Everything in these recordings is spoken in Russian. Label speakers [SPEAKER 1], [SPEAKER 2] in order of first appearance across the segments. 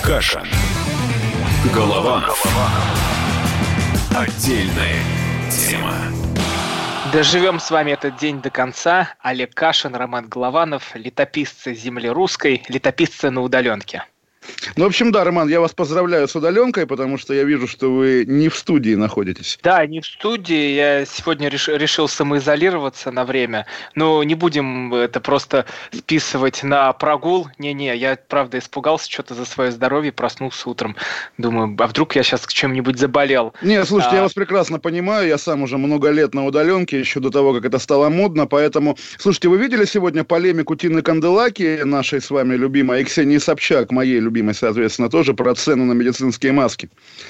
[SPEAKER 1] Кашин. Голованов. Отдельная тема.
[SPEAKER 2] Доживем с вами этот день до конца. Олег Кашин, Роман Голованов, летописцы земли русской, летописцы на удаленке.
[SPEAKER 3] Ну, в общем, да, Роман, я вас поздравляю с удаленкой, потому что я вижу, что вы не в студии находитесь.
[SPEAKER 2] Да, не в студии. Я сегодня решил самоизолироваться на время. Но не будем это просто списывать на прогул. Не-не, я, правда, испугался что-то за свое здоровье, проснулся утром. Думаю, а вдруг я сейчас чем-нибудь заболел?
[SPEAKER 3] Не, слушайте, я вас прекрасно понимаю. Я сам уже много лет на удаленке, еще до того, как это стало модно. Поэтому, слушайте, вы видели сегодня полемику Тины Канделаки, нашей с вами любимой, и Ксении Собчак, моей любимой, соответственно, тоже про цену на медицинские маски?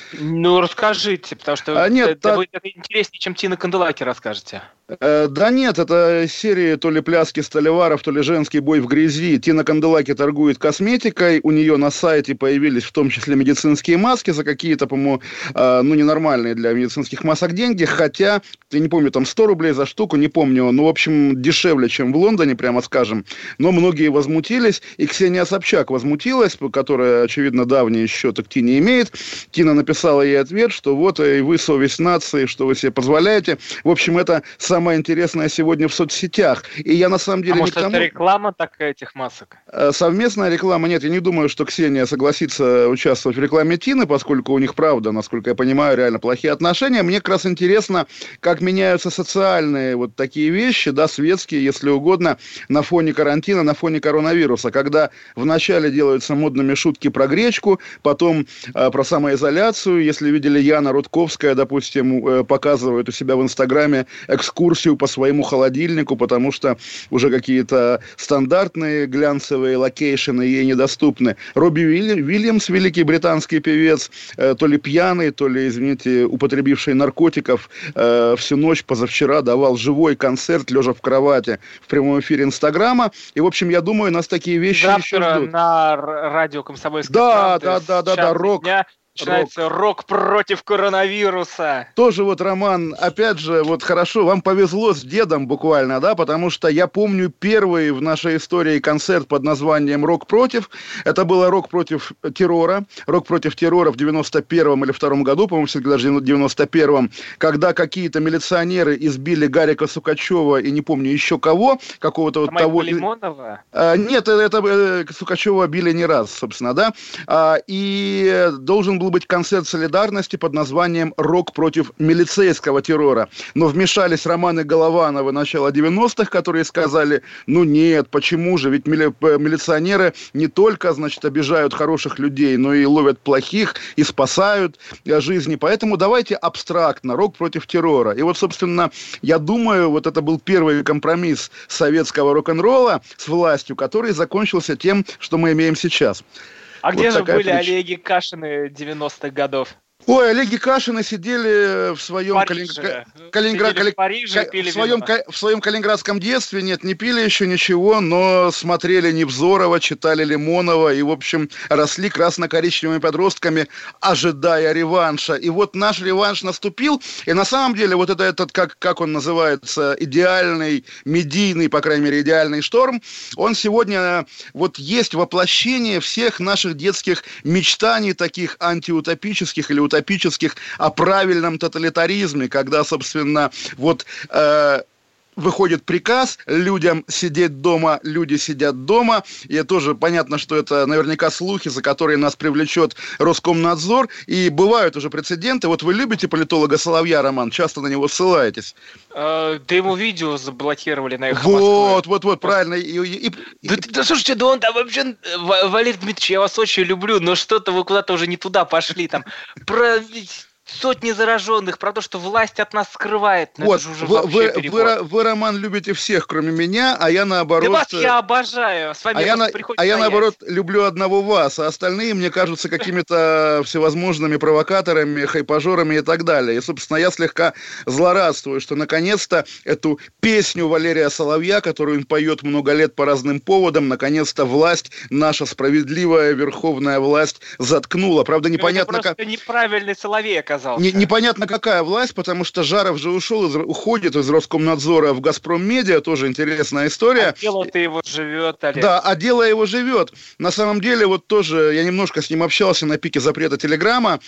[SPEAKER 2] Ну, расскажите, потому что это будет интереснее, чем Тина Канделаки расскажете.
[SPEAKER 3] Да нет, это серии то ли пляски Столеваров, то ли женский бой в грязи. Тина Канделаки торгует косметикой, у нее на сайте появились в том числе медицинские маски за какие-то, по-моему, ненормальные для медицинских масок деньги, хотя, я не помню, там 100 рублей за штуку, не помню, в общем, дешевле, чем в Лондоне, прямо скажем, но многие возмутились, и Ксения Собчак возмутилась, которая, очевидно, давние счеты к Тине имеет. Тина написала ей ответ, что вот, и вы совесть нации, что вы себе позволяете. В общем, это самое интересное сегодня в соцсетях. И я на самом деле
[SPEAKER 2] может, это реклама такая этих масок?
[SPEAKER 3] Совместная реклама? Нет, я не думаю, что Ксения согласится участвовать в рекламе Тины, поскольку у них, правда, насколько я понимаю, реально плохие отношения. Мне как раз интересно, как меняются социальные вот такие вещи, да, светские, если угодно, на фоне карантина, на фоне коронавируса. Когда вначале делаются модными шутки про гречку, потом про самоизоляцию. Если видели, Яна Рудковская, допустим, показывает у себя в Инстаграме экскурсию по своему холодильнику, потому что уже какие-то стандартные глянцевые локейшены ей недоступны. Робби Уильямс, великий британский певец, то ли пьяный, то ли, извините, употребивший наркотиков, всю ночь позавчера давал живой концерт, лежа в кровати, в прямом эфире Инстаграма. И, в общем, я думаю, нас такие вещи еще ждут.
[SPEAKER 2] На радио «Комсомольская правда».
[SPEAKER 3] Да, рок.
[SPEAKER 2] Начинается рок против коронавируса.
[SPEAKER 3] Тоже вот, Роман, опять же, вот хорошо, вам повезло с дедом буквально, да, потому что я помню первый в нашей истории концерт под названием «Рок против». Это было «Рок против террора». «Рок против террора» в 91-м или 2-м году, по-моему, все-таки даже в 91-м, когда какие-то милиционеры избили Гарика Сукачева и не помню еще кого, какого-то вот того...
[SPEAKER 2] Лимонова?
[SPEAKER 3] Нет, это Сукачева били не раз, собственно, да. И должен был быть концерт солидарности под названием «Рок против милицейского террора». Но вмешались Романы Головановы начала 90-х, которые сказали, ну нет, почему же, ведь милиционеры не только, значит, обижают хороших людей, но и ловят плохих, и спасают жизни. Поэтому давайте абстрактно, рок против террора. И вот, собственно, я думаю, вот это был первый компромисс советского рок-н-ролла с властью, который закончился тем, что мы имеем сейчас.
[SPEAKER 2] А вот где же были Олеги Кашины 90-х годов?
[SPEAKER 3] Ой, Олеги Кашины сидели в своем в своем калининградском детстве, нет, не пили еще ничего, но смотрели Невзорова, читали Лимонова и, в общем, росли красно-коричневыми подростками, ожидая реванша. И вот наш реванш наступил, и на самом деле вот этот как он называется, идеальный, медийный, по крайней мере, идеальный шторм, он сегодня вот есть воплощение всех наших детских мечтаний, таких антиутопических или утопических, о правильном тоталитаризме, когда, собственно, вот выходит приказ людям сидеть дома, люди сидят дома, и тоже понятно, что это наверняка слухи, за которые нас привлечет Роскомнадзор, и бывают уже прецеденты. Вот вы любите политолога Соловья, Роман, часто на него ссылаетесь.
[SPEAKER 2] Да ему видео заблокировали на «Эхо
[SPEAKER 3] Москвы». Вот, правильно.
[SPEAKER 2] Да слушайте, да он там вообще, Валерий Дмитриевич, я вас очень люблю, но что-то вы куда-то уже не туда пошли, там, про сотни зараженных, про то, что власть от нас скрывает.
[SPEAKER 3] Вот, вы, Роман, любите всех, кроме меня, а я наоборот...
[SPEAKER 2] Да вас я обожаю, с вами приходится
[SPEAKER 3] я наоборот люблю одного вас, а остальные мне кажутся какими-то всевозможными провокаторами, хайпажорами и так далее. И, собственно, я слегка злорадствую, что наконец-то эту песню Валерия Соловья, которую он поет много лет по разным поводам, наконец-то власть, наша справедливая верховная власть, заткнула. Правда, непонятно
[SPEAKER 2] как... Это неправильный Соловей, оказался.
[SPEAKER 3] Непонятно, какая власть, потому что Жаров же уходит из Роскомнадзора в «Газпром-медиа», тоже интересная история.
[SPEAKER 2] А дело-то его живет, Олег.
[SPEAKER 3] Да, а дело его живет. На самом деле, вот тоже, я немножко с ним общался на пике запрета Телеграма,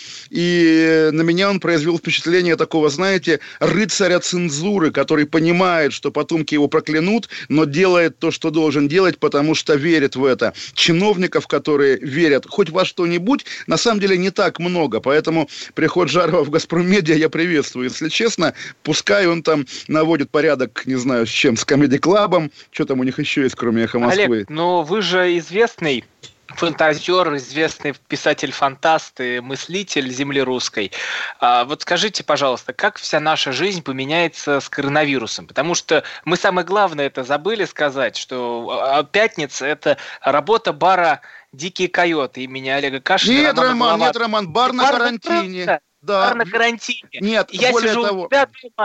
[SPEAKER 3] и на меня он произвел впечатление такого, знаете, рыцаря цензуры, который понимает, что потомки его проклянут, но делает то, что должен делать, потому что верит в это. Чиновников, которые верят хоть во что-нибудь, на самом деле не так много, поэтому приход Жарова в «Газпром-медиа» я приветствую. Если честно, пускай он там наводит порядок, не знаю, с чем, с комеди-клабом, что там у них еще есть, кроме «Эхо Москвы».
[SPEAKER 2] Олег, но вы же известный фантазер, известный писатель-фантаст и мыслитель земли русской. Вот скажите, пожалуйста, как вся наша жизнь поменяется с коронавирусом? Потому что мы самое главное это забыли сказать, что пятница – это работа бара «Дикие койоты» имени Олега Кашина.
[SPEAKER 3] Нет, Роман, бар на карантине.
[SPEAKER 2] Да. Бар на карантине.
[SPEAKER 3] Нет,
[SPEAKER 2] я
[SPEAKER 3] более
[SPEAKER 2] сижу
[SPEAKER 3] того...
[SPEAKER 2] у себя дома,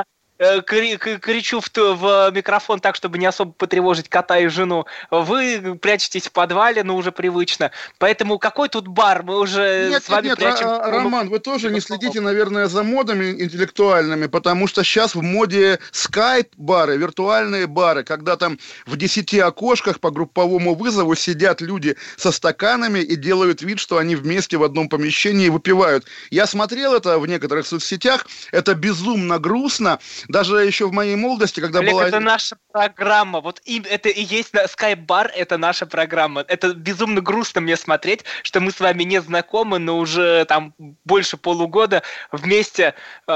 [SPEAKER 2] кричу в микрофон так, чтобы не особо потревожить кота и жену. Вы прячетесь в подвале, но уже привычно. Поэтому какой тут бар? Мы уже с вами прячем...
[SPEAKER 3] Роман, вы тоже не следите, наверное, за модами интеллектуальными, потому что сейчас в моде скайп-бары, виртуальные бары, когда там в 10 окошках по групповому вызову сидят люди со стаканами и делают вид, что они вместе в одном помещении выпивают. Я смотрел это в некоторых соцсетях, это безумно грустно. Даже еще в моей молодости, когда
[SPEAKER 2] Олег,
[SPEAKER 3] была...
[SPEAKER 2] это наша программа. Вот это и есть Skype-бар, это наша программа. Это безумно грустно мне смотреть, что мы с вами не знакомы, но уже там больше полугода вместе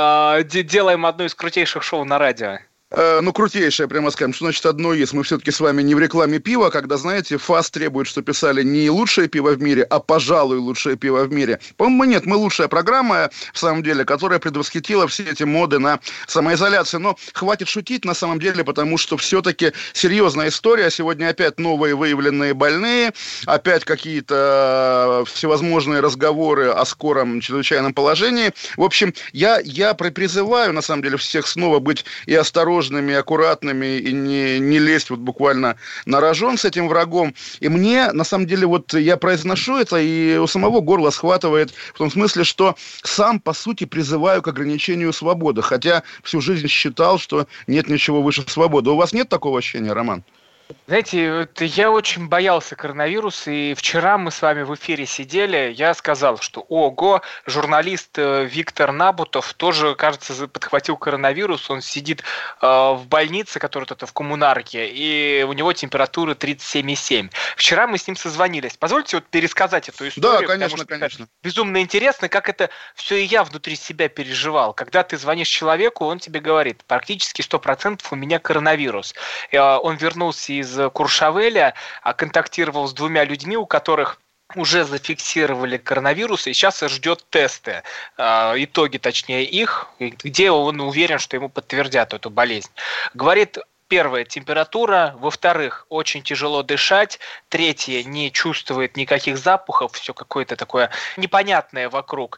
[SPEAKER 2] делаем одно из крутейших шоу на радио.
[SPEAKER 3] Крутейшее, прямо скажем, что значит одно есть. Мы все-таки с вами не в рекламе пива, когда, знаете, ФАС требует, что писали не лучшее пиво в мире, а, пожалуй, лучшее пиво в мире. По-моему, нет, мы лучшая программа, в самом деле, которая предвосхитила все эти моды на самоизоляцию. Но хватит шутить, на самом деле, потому что все-таки серьезная история. Сегодня опять новые выявленные больные, опять какие-то всевозможные разговоры о скором чрезвычайном положении. В общем, я призываю, на самом деле, всех снова быть и осторожными, аккуратными и не лезть вот буквально на рожон с этим врагом. И мне, на самом деле, вот я произношу это, и у самого горло схватывает в том смысле, что сам, по сути, призываю к ограничению свободы, хотя всю жизнь считал, что нет ничего выше свободы. У вас нет такого ощущения, Роман?
[SPEAKER 2] Знаете, я очень боялся коронавируса, и вчера мы с вами в эфире сидели, я сказал, что ого, журналист Виктор Набутов тоже, кажется, подхватил коронавирус, он сидит в больнице, которая тут в коммунарке, и у него температура 37,7. Вчера мы с ним созвонились. Позвольте вот пересказать эту историю.
[SPEAKER 3] Да, конечно.
[SPEAKER 2] Безумно интересно, как это все и я внутри себя переживал. Когда ты звонишь человеку, он тебе говорит, практически 100% у меня коронавирус. Он вернулся из Куршавеля, контактировал с 2 людьми, у которых уже зафиксировали коронавирус, и сейчас ждет тесты, итоги, точнее, их, где он уверен, что ему подтвердят эту болезнь. Говорит, первое, температура, во-вторых, очень тяжело дышать, третье, не чувствует никаких запахов, все какое-то такое непонятное вокруг.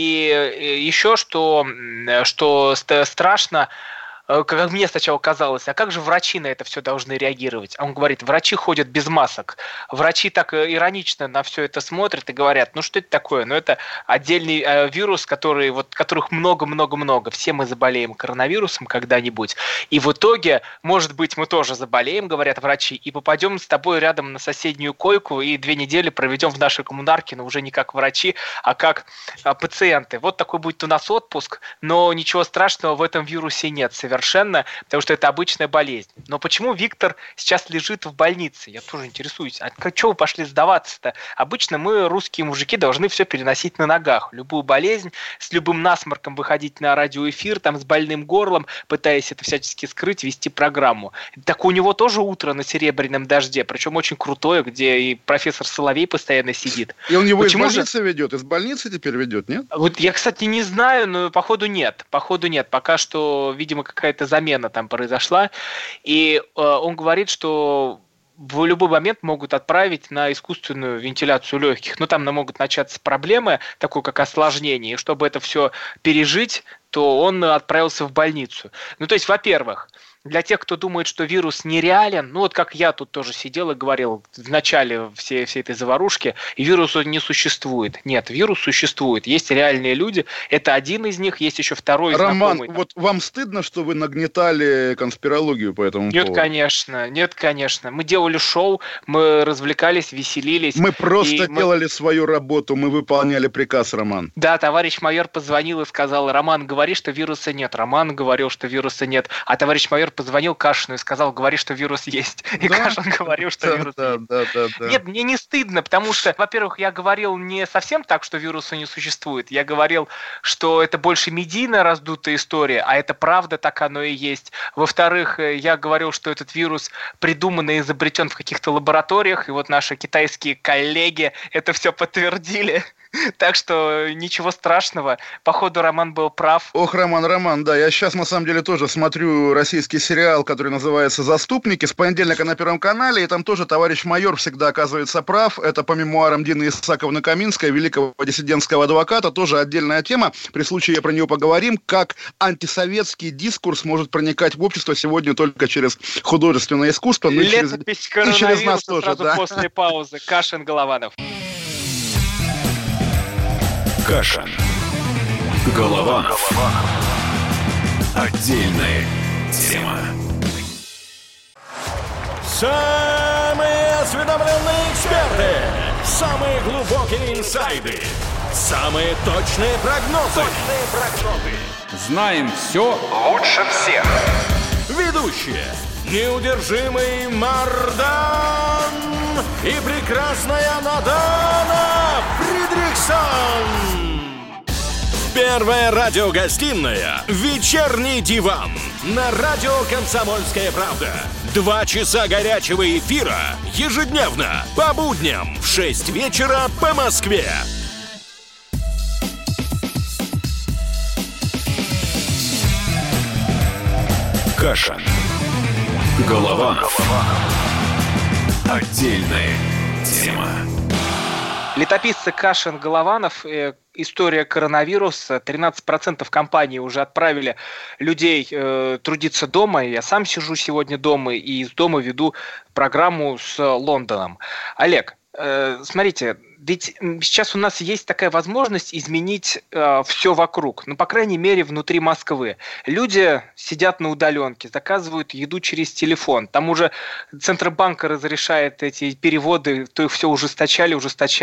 [SPEAKER 2] И еще что страшно, как мне сначала казалось, а как же врачи на это все должны реагировать? А он говорит, врачи ходят без масок. Врачи так иронично на все это смотрят и говорят, ну что это такое? Ну это отдельный вирус, которых много-много-много. Все мы заболеем коронавирусом когда-нибудь. И в итоге, может быть, мы тоже заболеем, говорят врачи, и попадем с тобой рядом на соседнюю койку и 2 недели проведем в нашей коммунарке, но уже не как врачи, а как пациенты. Вот такой будет у нас отпуск, но ничего страшного в этом вирусе нет совершенно, потому что это обычная болезнь. Но почему Виктор сейчас лежит в больнице? Я тоже интересуюсь. А что вы пошли сдаваться-то? Обычно мы, русские мужики, должны все переносить на ногах. Любую болезнь, с любым насморком выходить на радиоэфир, там, с больным горлом, пытаясь это всячески скрыть, вести программу. Так у него тоже утро на Серебряном дожде, причем очень крутое, где и профессор Соловей постоянно сидит.
[SPEAKER 3] И он его из больницы ведет? Из больницы теперь ведет, нет?
[SPEAKER 2] Вот я, кстати, не знаю, но походу нет. Пока что, видимо, какая-то замена там произошла. И он говорит, что в любой момент могут отправить на искусственную вентиляцию легких. Но там могут начаться проблемы, такое как осложнение. И чтобы это все пережить, то он отправился в больницу. Ну, то есть, во-первых, для тех, кто думает, что вирус нереален, ну вот как я тут тоже сидел и говорил в начале всей этой заварушки, и вируса не существует. Нет, вирус существует. Есть реальные люди, это один из них, есть еще второй
[SPEAKER 3] Роман,
[SPEAKER 2] знакомый.
[SPEAKER 3] вот вам стыдно, что вы нагнетали конспирологию по этому поводу?
[SPEAKER 2] Нет, конечно. Мы делали шоу, мы развлекались, веселились.
[SPEAKER 3] Мы просто делали свою работу, мы выполняли приказ, Роман.
[SPEAKER 2] Да, товарищ майор позвонил и сказал: Роман, говори, что вируса нет. Роман говорил, что вируса нет. А товарищ майор позвонил Кашину и сказал: говори, что вирус есть. И Кашин говорил, что вирус есть.
[SPEAKER 3] Да.
[SPEAKER 2] Нет, мне не стыдно, потому что, во-первых, я говорил не совсем так, что вируса не существует. Я говорил, что это больше медийно раздутая история, а это правда, так оно и есть. Во-вторых, я говорил, что этот вирус придуман и изобретен в каких-то лабораториях, и вот наши китайские коллеги это все подтвердили. Так что ничего страшного. Походу, Роман был прав.
[SPEAKER 3] Ох, Роман, да. Я сейчас, на самом деле, тоже смотрю российский сериал, который называется «Заступники», с понедельника на Первом канале, и там тоже товарищ майор всегда оказывается прав. Это по мемуарам Дины Исааковны Каминской, великого диссидентского адвоката, тоже отдельная тема. При случае про нее поговорим, как антисоветский дискурс может проникать в общество сегодня только через художественное искусство. Ну,
[SPEAKER 2] летопись коронавируса сразу после паузы. Кашин, Голованов.
[SPEAKER 1] Кашин. Голованов. Отдельная тема.
[SPEAKER 4] Самые осведомленные эксперты. Самые глубокие инсайды. Самые точные прогнозы.
[SPEAKER 1] Знаем все лучше всех.
[SPEAKER 4] Ведущие. Неудержимый Мардан и прекрасная Надана Фридрихсон. Первая радиогостинная «Вечерний диван» на радио «Комсомольская правда». 2 часа горячего эфира ежедневно по будням в 6 вечера по Москве.
[SPEAKER 1] Кашин. Голованов. Отдельная тема.
[SPEAKER 2] Летописцы Кашин, Голованов. История коронавируса. 13% компаний уже отправили людей трудиться дома. Я сам сижу сегодня дома и из дома веду программу с Лондоном. Олег, смотрите, ведь сейчас у нас есть такая возможность изменить все вокруг, ну, по крайней мере, внутри Москвы. Люди сидят на удаленке, заказывают еду через телефон. Там уже Центробанк разрешает эти переводы, то их все ужесточали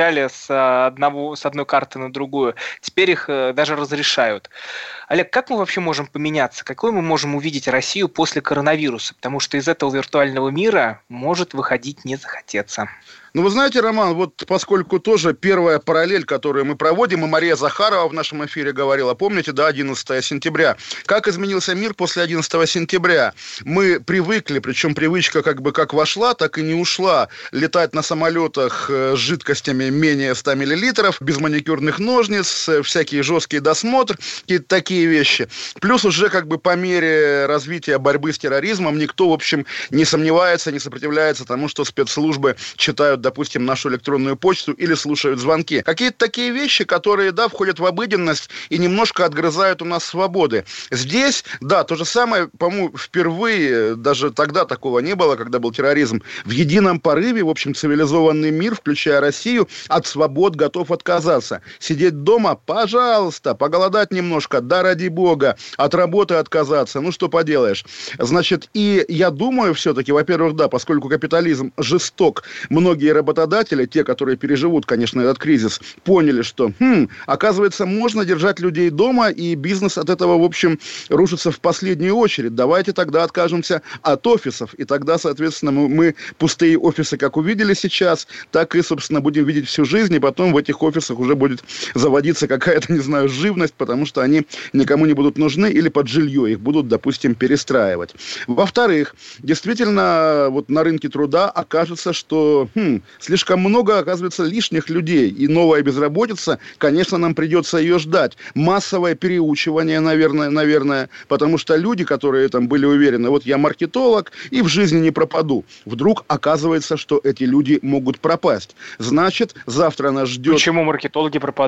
[SPEAKER 2] с одной карты на другую. Теперь их даже разрешают. Олег, как мы вообще можем поменяться? Какой мы можем увидеть Россию после коронавируса? Потому что из этого виртуального мира может выходить не захотеться.
[SPEAKER 3] Ну, вы знаете, Роман, вот поскольку тоже первая параллель, которую мы проводим, и Мария Захарова в нашем эфире говорила, помните, да, 11 сентября. Как изменился мир после 11 сентября? Мы привыкли, причем привычка как вошла, так и не ушла, летать на самолетах с жидкостями менее 100 миллилитров, без маникюрных ножниц, всякие жесткие досмотры, какие-то такие вещи. Плюс уже по мере развития борьбы с терроризмом никто, в общем, не сомневается, не сопротивляется тому, что спецслужбы читают, допустим, нашу электронную почту или слушают звонки. Какие-то такие вещи, которые, да, входят в обыденность и немножко отгрызают у нас свободы. Здесь, да, то же самое, по-моему, впервые, даже тогда такого не было, когда был терроризм, в едином порыве, в общем, цивилизованный мир, включая Россию, от свобод готов отказаться. Сидеть дома, пожалуйста, поголодать немножко, да, ради бога, от работы отказаться, ну что поделаешь. Значит, и я думаю все-таки, во-первых, да, поскольку капитализм жесток, многие работодатели, те, которые переживут, конечно, этот кризис, поняли, что, оказывается, можно держать людей дома, и бизнес от этого, в общем, рушится в последнюю очередь. Давайте тогда откажемся от офисов, и тогда, соответственно, мы пустые офисы как увидели сейчас, так и, собственно, будем видеть всю жизнь, и потом в этих офисах уже будет заводиться какая-то, не знаю, живность, потому что они никому не будут нужны, или под жилье их будут, допустим, перестраивать. Во-вторых, действительно, вот на рынке труда окажется, что слишком много, оказывается, лишних людей. И новая безработица, конечно, нам придется ее ждать. Массовое переучивание, наверное, потому что люди, которые там были уверены, вот я маркетолог и в жизни не пропаду. Вдруг оказывается, что эти люди могут пропасть. Значит, завтра нас ждет...
[SPEAKER 2] Почему маркетологи пропадут?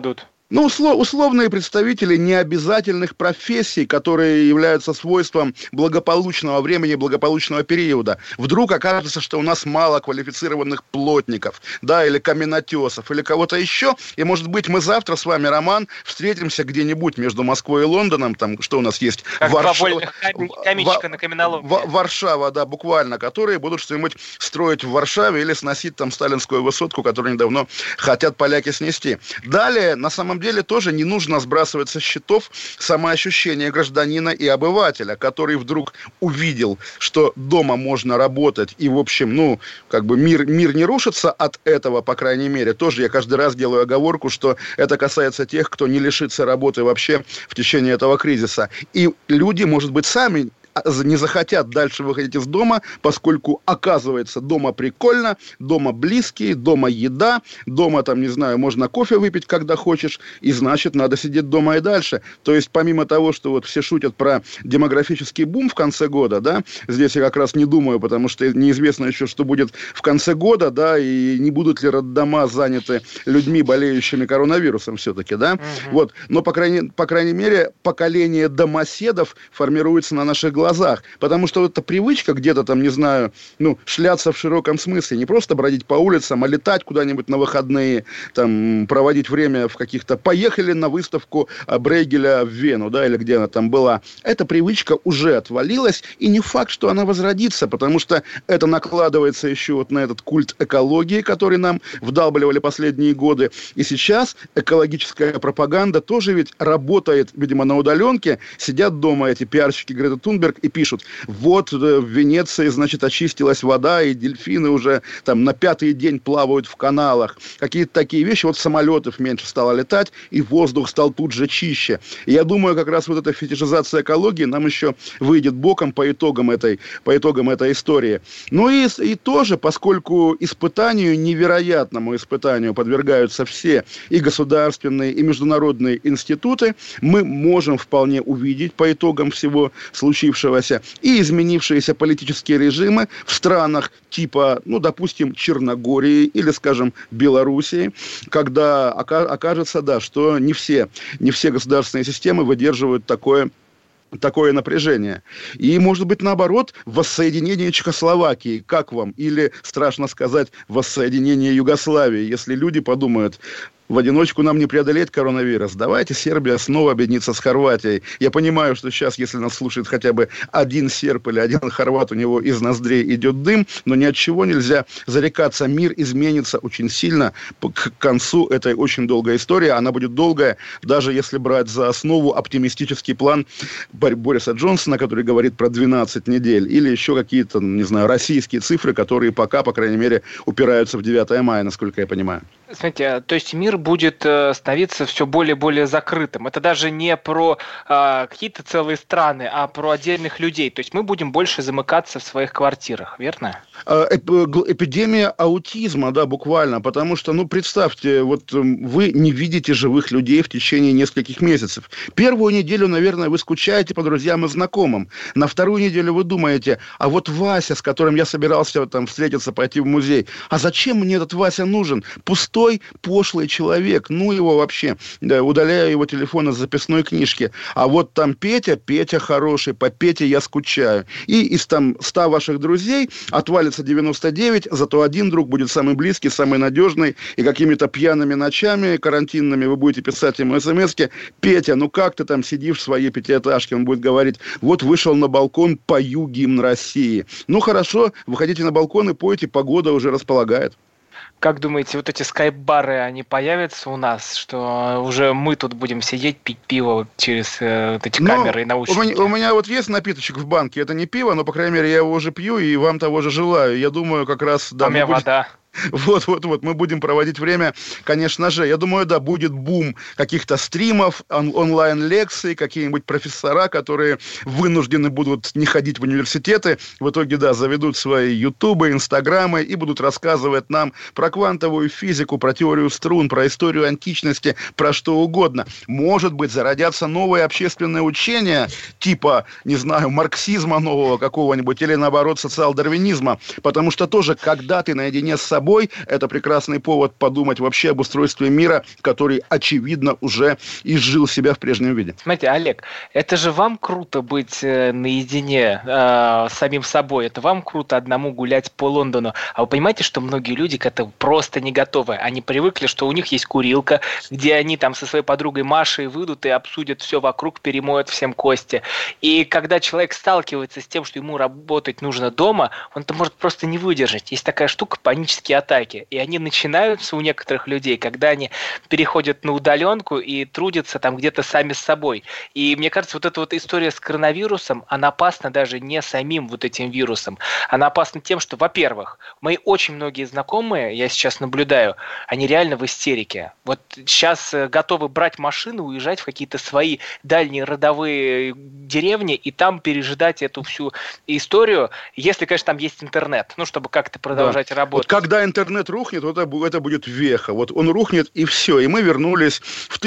[SPEAKER 3] Ну, условные представители необязательных профессий, которые являются свойством благополучного времени, благополучного периода. Вдруг окажется, что у нас мало квалифицированных плотников, да, или каменотесов, или кого-то еще, и, может быть, мы завтра с вами, Роман, встретимся где-нибудь между Москвой и Лондоном, там, что у нас есть?
[SPEAKER 2] Как два вольных каменщика на каменоломне.
[SPEAKER 3] Варшава, да, буквально, которые будут что-нибудь строить в Варшаве или сносить там сталинскую высотку, которую недавно хотят поляки снести. Далее, на самом деле, тоже не нужно сбрасывать со счетов самоощущение гражданина и обывателя, который вдруг увидел, что дома можно работать, и, в общем, ну, как бы мир не рушится от этого, по крайней мере. Тоже я каждый раз делаю оговорку, что это касается тех, кто не лишится работы вообще в течение этого кризиса. И люди, может быть, сами не захотят дальше выходить из дома, поскольку, оказывается, дома прикольно, дома близкие, дома еда, дома, там, не знаю, можно кофе выпить, когда хочешь, и, значит, надо сидеть дома и дальше. То есть, помимо того, что вот все шутят про демографический бум в конце года, да, здесь я как раз не думаю, потому что неизвестно еще, что будет в конце года, да, и не будут ли роддома заняты людьми, болеющими коронавирусом все-таки, да, вот. Но, по крайней мере, поколение домоседов формируется на наших глазах, потому что вот эта привычка где-то там, не знаю, ну, шляться в широком смысле, не просто бродить по улицам, а летать куда-нибудь на выходные, там, проводить время в каких-то... Поехали на выставку Брейгеля в Вену, да, или где она там была. Эта привычка уже отвалилась, и не факт, что она возродится, потому что это накладывается еще вот на этот культ экологии, который нам вдалбливали последние годы. И сейчас экологическая пропаганда тоже ведь работает, видимо, на удаленке. Сидят дома эти пиарщики Греты Тунберг и пишут: вот в Венеции, значит, очистилась вода, и дельфины уже там на 5-й день плавают в каналах. Какие-то такие вещи. Вот самолетов меньше стало летать, и воздух стал тут же чище. И я думаю, как раз вот эта фетишизация экологии нам еще выйдет боком по итогам этой истории. Ну и тоже, поскольку испытанию, невероятному испытанию подвергаются все и государственные, и международные институты, мы можем вполне увидеть по итогам всего случившегося и изменившиеся политические режимы в странах типа, ну, допустим, Черногории или, скажем, Белоруссии, когда окажется, да, что не все государственные системы выдерживают такое напряжение. И, может быть, наоборот, воссоединение Чехословакии, как вам? Или, страшно сказать, воссоединение Югославии, если люди подумают: в одиночку нам не преодолеть коронавирус. Давайте Сербия снова объединится с Хорватией. Я понимаю, что сейчас, если нас слушает хотя бы один серб или один хорват, у него из ноздрей идет дым, но ни от чего нельзя зарекаться. Мир изменится очень сильно к концу этой очень долгой истории. Она будет долгая, даже если брать за основу оптимистический план Бориса Джонсона, который говорит про 12 недель, или еще какие-то, не знаю, российские цифры, которые пока, по крайней мере, упираются в 9 мая, насколько я понимаю.
[SPEAKER 2] Смотрите, то есть мир будет становиться все более и более закрытым. Это даже не про какие-то целые страны, а про отдельных людей. То есть мы будем больше замыкаться в своих квартирах, верно?
[SPEAKER 3] Эпидемия аутизма, да, буквально. Потому что, ну, представьте, вот вы не видите живых людей в течение нескольких месяцев. Первую неделю, наверное, вы скучаете по друзьям и знакомым. На вторую неделю вы думаете: а вот Вася, с которым я собирался там встретиться, пойти в музей, а зачем мне этот Вася нужен? Пустой, пошлый человек, ну его вообще, да, удаляю его телефон из записной книжки. А вот там Петя хороший, по Пете я скучаю. И из там 100 ваших друзей отвалится 99, зато один друг будет самый близкий, самый надежный, и какими-то пьяными ночами карантинными вы будете писать ему смс-ки: Петя, ну как ты там сидишь в своей пятиэтажке? Он будет говорить: вот вышел на балкон, пою гимн России. Ну хорошо, выходите на балкон и пойте, погода уже располагает.
[SPEAKER 2] Как думаете, вот эти скайп-бары, они появятся у нас, что уже мы тут будем сидеть, пить пиво через вот эти камеры и наушники?
[SPEAKER 3] У меня вот есть напиточек в банке, это не пиво, но, по крайней мере, я его уже пью, и вам того же желаю. Я думаю, как раз... Да,
[SPEAKER 2] у меня вода.
[SPEAKER 3] Вот, мы будем проводить время, конечно же. Я думаю, да, будет бум каких-то стримов, онлайн-лекций, какие-нибудь профессора, которые вынуждены будут не ходить в университеты, в итоге, да, заведут свои ютубы, инстаграмы и будут рассказывать нам про квантовую физику, про теорию струн, про историю античности, про что угодно. Может быть, зародятся новые общественные учения, типа, не знаю, марксизма нового какого-нибудь, или, наоборот, социал-дарвинизма, потому что тоже, когда ты наедине с собой собой. Это прекрасный повод подумать вообще об устройстве мира, который, очевидно, уже изжил себя в прежнем виде.
[SPEAKER 2] Смотрите, Олег, это же вам круто быть наедине с самим собой. Это вам круто одному гулять по Лондону. А вы понимаете, что многие люди к этому просто не готовы. Они привыкли, что у них есть курилка, где они там со своей подругой Машей выйдут и обсудят все вокруг, перемоют всем кости. И когда человек сталкивается с тем, что ему работать нужно дома, он это может просто не выдержать. Есть такая штука — панические атаки. И они начинаются у некоторых людей, когда они переходят на удаленку и трудятся там где-то сами с собой. И мне кажется, вот эта вот история с коронавирусом, она опасна даже не самим вот этим вирусом. Она опасна тем, что, во-первых, мои очень многие знакомые, я сейчас наблюдаю, они реально в истерике. Вот сейчас готовы брать машину, уезжать в какие-то свои дальние родовые деревни и там пережидать эту всю историю, если, конечно, там есть интернет, ну, чтобы как-то продолжать работать.
[SPEAKER 3] Вот когда интернет рухнет, вот это будет веха. Вот он рухнет, и все. И мы вернулись в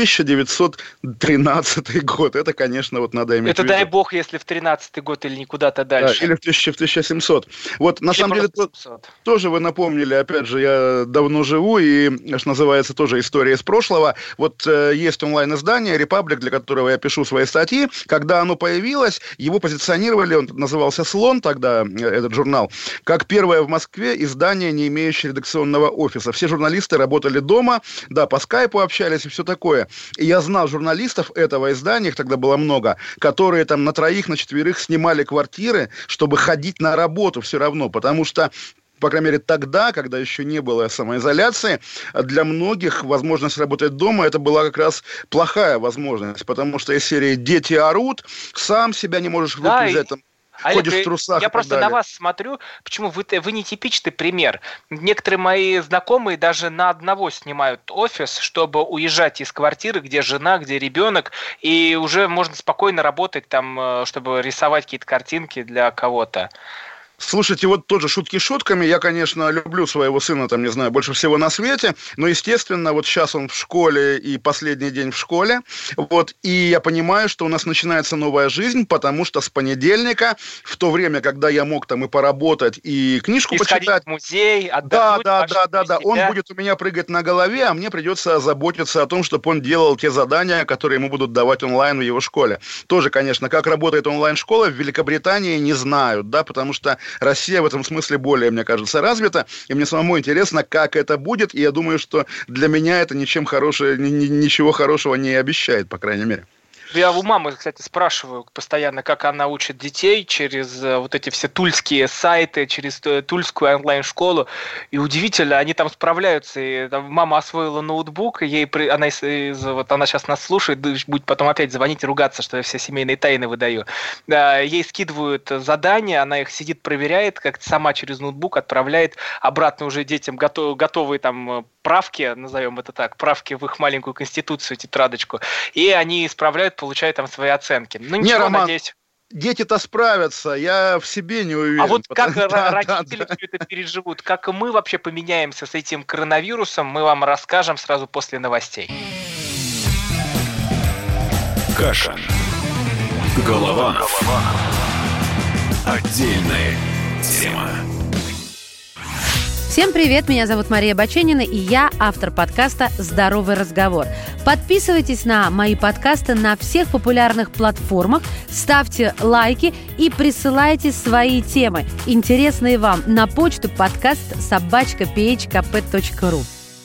[SPEAKER 3] 1913 год. Это, конечно, вот надо иметь в виду.
[SPEAKER 2] Это дай бог, если в 13-й год или куда-то дальше.
[SPEAKER 3] Да, или в 1700. Вот, на самом деле, тоже вы напомнили, опять же, я давно живу, и, что называется, тоже история из прошлого. Вот есть онлайн-издание «Репаблик», для которого я пишу свои статьи. Когда оно появилось, его позиционировали, он назывался «Слон» тогда, этот журнал, как первое в Москве издание, не имеющее редакционного офиса. Все журналисты работали дома, да, по скайпу общались и все такое. И я знал журналистов этого издания, их тогда было много, которые там на троих, на четверых снимали квартиры, чтобы ходить на работу все равно, потому что, по крайней мере, тогда, когда еще не было самоизоляции, для многих возможность работать дома — это была как раз плохая возможность, потому что из серии «Дети орут», сам себя не можешь выпить, там, ходишь в трусах.
[SPEAKER 2] Я просто на вас смотрю, почему вы не типичный пример. Некоторые мои знакомые даже на одного снимают офис, чтобы уезжать из квартиры, где жена, где ребенок, и уже можно спокойно работать там, чтобы рисовать какие-то картинки для кого-то.
[SPEAKER 3] Слушайте, вот тоже шутки шутками. Я, конечно, люблю своего сына, там, не знаю, больше всего на свете. Но, естественно, вот сейчас он в школе и последний день в школе. Вот, и я понимаю, что у нас начинается новая жизнь, потому что с понедельника, в то время, когда я мог там и поработать, и книжку почитать.
[SPEAKER 2] Сходить в музей, отдохнуть.
[SPEAKER 3] Да. Он будет у меня прыгать на голове, а мне придется заботиться о том, чтобы он делал те задания, которые ему будут давать онлайн в его школе. Тоже, конечно, как работает онлайн-школа в Великобритании, не знают, да, потому что Россия в этом смысле более, мне кажется, развита, и мне самому интересно, как это будет, и я думаю, что для меня это ничего хорошего не обещает, по крайней мере.
[SPEAKER 2] Я у мамы, кстати, спрашиваю постоянно, как она учит детей через вот эти все тульские сайты, через тульскую онлайн-школу. И удивительно, они там справляются. И, там, мама освоила ноутбук, и она сейчас нас слушает, будет потом опять звонить и ругаться, что я все семейные тайны выдаю. Ей скидывают задания, она их сидит, проверяет, как-то сама через ноутбук отправляет обратно уже детям готовые там правки, назовем это так, правки в их маленькую конституцию, тетрадочку. И они исправляют, получают там свои оценки. Ну ничего,
[SPEAKER 3] Роман,
[SPEAKER 2] надеюсь.
[SPEAKER 3] Дети-то справятся, я в себе не уверен.
[SPEAKER 2] А вот как родители все это переживут, как мы вообще поменяемся с этим коронавирусом, мы вам расскажем сразу после новостей.
[SPEAKER 1] Кашин. Голованов. Отдельная тема.
[SPEAKER 5] Всем привет, меня зовут Мария Баченина, и я автор подкаста «Здоровый разговор». Подписывайтесь на мои подкасты на всех популярных платформах, ставьте лайки и присылайте свои темы, интересные вам, на почту podcast@phkp.ru.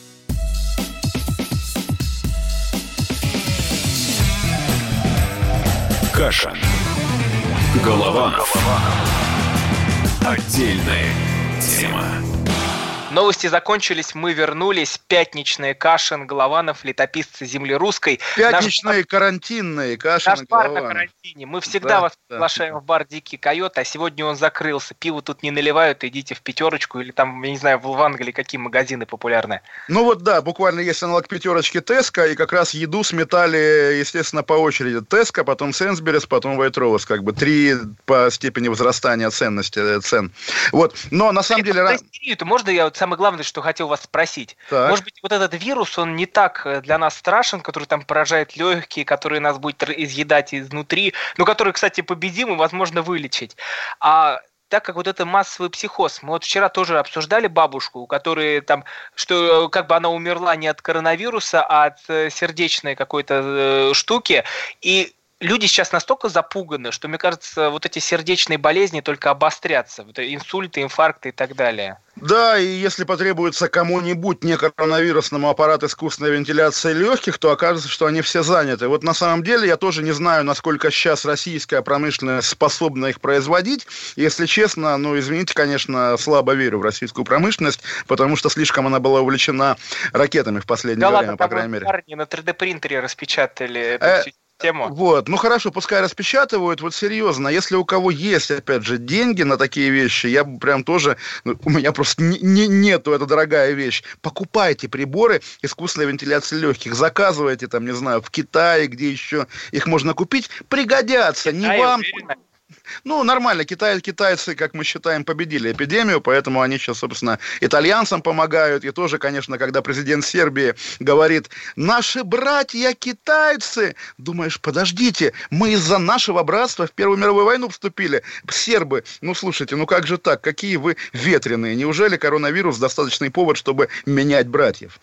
[SPEAKER 1] Кашин. Голованов. Отдельная тема.
[SPEAKER 2] Новости закончились, мы вернулись. Пятничные. Кашин, Голованов, летописцы земли русской.
[SPEAKER 3] Пятничные, карантинные. Кашин,
[SPEAKER 2] наш бар
[SPEAKER 3] Голованов.
[SPEAKER 2] на карантине. Мы всегда вас приглашаем в бар «Дикий койот», а сегодня он закрылся. Пиво тут не наливают, идите в «Пятерочку» или там, я не знаю, в Англии какие магазины популярные.
[SPEAKER 3] Ну вот да, буквально есть аналог «Пятерочки» Теска, и как раз еду сметали, естественно, по очереди. Теска, потом Сенсберис, потом Вайтроус, как бы 3 по степени возрастания цен. Вот, но на самом деле...
[SPEAKER 2] Можно я вот самое главное, что хотел вас спросить?
[SPEAKER 3] Так.
[SPEAKER 2] Может быть, вот этот вирус, он не так для нас страшен, который там поражает легкие, который нас будет изъедать изнутри, но который, кстати, победим и, возможно, вылечить. А так как вот это массовый психоз. Мы вот вчера тоже обсуждали бабушку, у которой там, что как бы она умерла не от коронавируса, а от сердечной какой-то штуки, и люди сейчас настолько запуганы, что, мне кажется, вот эти сердечные болезни только обострятся. Вот инсульты, инфаркты и так далее.
[SPEAKER 3] Да, и если потребуется кому-нибудь не коронавирусному аппарат искусственной вентиляции легких, то окажется, что они все заняты. Вот на самом деле я тоже не знаю, насколько сейчас российская промышленность способна их производить. Если честно, извините, конечно, слабо верю в российскую промышленность, потому что слишком она была увлечена ракетами в последнее время, по крайней мере.
[SPEAKER 2] Парни на 3D-принтере распечатали эту тему.
[SPEAKER 3] Вот, хорошо, пускай распечатывают, вот серьезно, если у кого есть, опять же, деньги на такие вещи, я прям тоже, у меня просто нету, это дорогая вещь, покупайте приборы искусственной вентиляции легких, заказывайте там, не знаю, в Китае, где еще их можно купить, пригодятся, не вам... Уверена. Нормально, китайцы, как мы считаем, победили эпидемию, поэтому они сейчас, собственно, итальянцам помогают. И тоже, конечно, когда президент Сербии говорит: наши братья китайцы, думаешь, подождите, мы из-за нашего братства в Первую мировую войну вступили, сербы. Слушайте, как же так, какие вы ветреные, неужели коронавирус достаточный повод, чтобы менять братьев?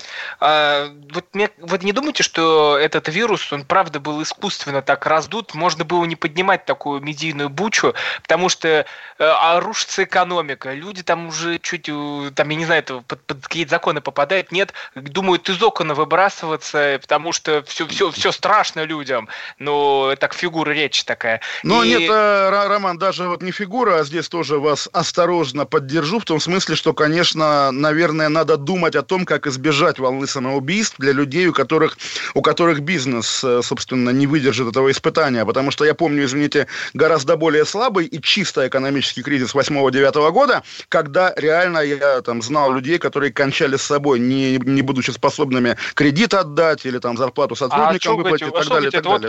[SPEAKER 2] Вот не думайте, что этот вирус, он правда был искусственно так раздут, можно было не поднимать такую медийную бучу, потому что рушится экономика, люди там уже чуть, там, я не знаю, под какие-то законы попадают, нет, думают из окон выбрасываться, потому что все страшно людям, так фигура речи такая.
[SPEAKER 3] Нет, Роман, даже вот не фигура, а здесь тоже вас осторожно поддержу, в том смысле, что, конечно, наверное, надо думать о том, как избежать волны самоубийств для людей, у которых бизнес, собственно, не выдержит этого испытания. Потому что я помню, извините, гораздо более слабый и чисто экономический кризис 8-9 года, когда реально я там знал людей, которые кончали с собой, не будучи способными кредит отдать или там зарплату сотрудникам выплатить и так далее.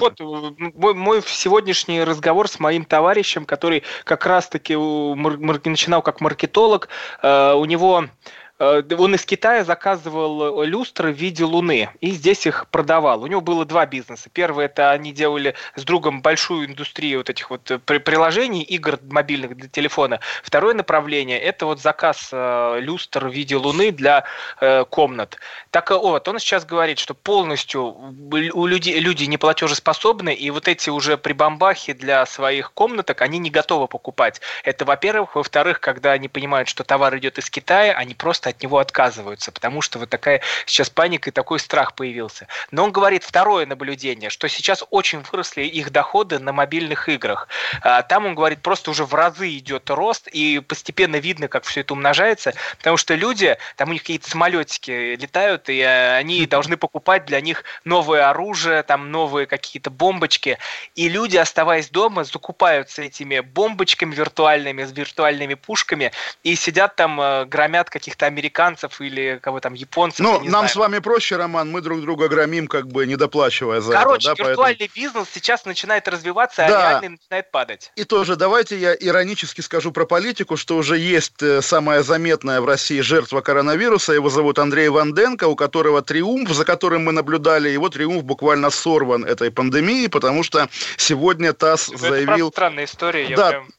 [SPEAKER 2] Мой сегодняшний разговор с моим товарищем, который как раз-таки начинал как маркетолог, у него... Он из Китая заказывал люстры в виде Луны и здесь их продавал. У него было два бизнеса. Первый — это они делали с другом большую индустрию вот этих вот приложений, игр мобильных для телефона. Второе направление — это вот заказ люстр в виде Луны для комнат. Так вот, он сейчас говорит, что полностью люди неплатежеспособны, и вот эти уже прибамбахи для своих комнаток они не готовы покупать. Это, во-первых. Во-вторых, когда они понимают, что товар идет из Китая, они просто от него отказываются, потому что вот такая сейчас паника и такой страх появился. Но он говорит второе наблюдение, что сейчас очень выросли их доходы на мобильных играх. Там, он говорит, просто уже в разы идет рост, и постепенно видно, как все это умножается, потому что люди, там у них какие-то самолетики летают, и они должны покупать для них новое оружие, там новые какие-то бомбочки, и люди, оставаясь дома, закупаются этими бомбочками виртуальными, с виртуальными пушками, и сидят там, громят каких-то американцев или кого там, японцев.
[SPEAKER 3] Нам с вами проще, Роман, мы друг друга громим, как бы не доплачивая за это.
[SPEAKER 2] Виртуальный бизнес сейчас начинает развиваться, а реальный начинает падать.
[SPEAKER 3] И тоже давайте я иронически скажу про политику, что уже есть самая заметная в России жертва коронавируса, его зовут Андрей Ванденко, у которого триумф, за которым мы наблюдали, его триумф буквально сорван этой пандемией, потому что сегодня ТАСС заявил...
[SPEAKER 2] Это странная история.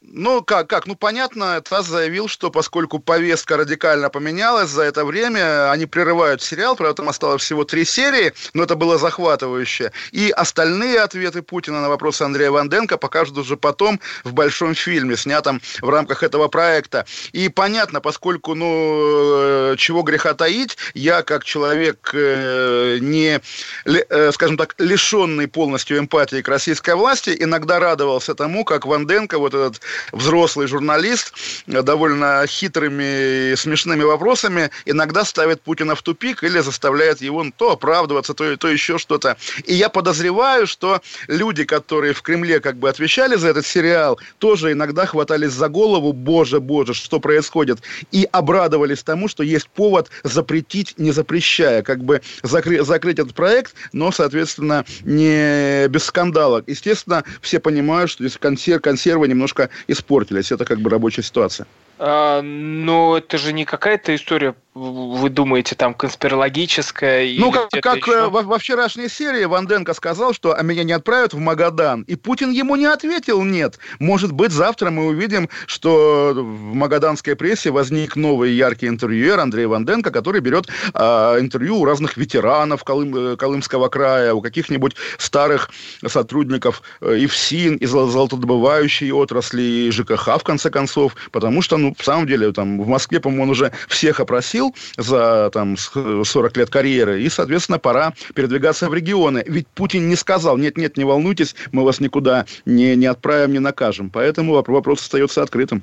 [SPEAKER 3] Понятно, ТАСС заявил, что поскольку повестка радикально поменялась за это время, они прерывают сериал, правда, там осталось всего 3 серии, но это было захватывающе. И остальные ответы Путина на вопросы Андрея Ванденко покажут уже потом в большом фильме, снятом в рамках этого проекта. И понятно, поскольку, чего греха таить, я как человек скажем так, лишенный полностью эмпатии к российской власти, иногда радовался тому, как Ванденко, вот этот взрослый журналист, довольно хитрыми и смешными вопросами иногда ставит Путина в тупик или заставляет его то оправдываться, то еще что-то. И я подозреваю, что люди, которые в Кремле как бы отвечали за этот сериал, тоже иногда хватались за голову, боже, что происходит, и обрадовались тому, что есть повод запретить, не запрещая, как бы закрыть этот проект, но, соответственно, не без скандалов. Естественно, все понимают, что здесь консервы немножко испортились. Это как бы рабочая ситуация.
[SPEAKER 2] Но это же не какая-то история, вы думаете, там конспирологическая?
[SPEAKER 3] Ну, как во вчерашней серии Ванденко сказал, что меня не отправят в Магадан, и Путин ему не ответил нет. Может быть, завтра мы увидим, что в магаданской прессе возник новый яркий интервьюер Андрей Ванденко, который берет интервью у разных ветеранов Колымского края, у каких-нибудь старых сотрудников и ФСИН, и золотодобывающей отрасли, и ЖКХ, в конце концов, потому что, в самом деле, там, в Москве, по-моему, он уже всех опросил за 40 лет карьеры, и, соответственно, пора передвигаться в регионы. Ведь Путин не сказал, нет, не волнуйтесь, мы вас никуда не отправим, не накажем. Поэтому вопрос остается открытым.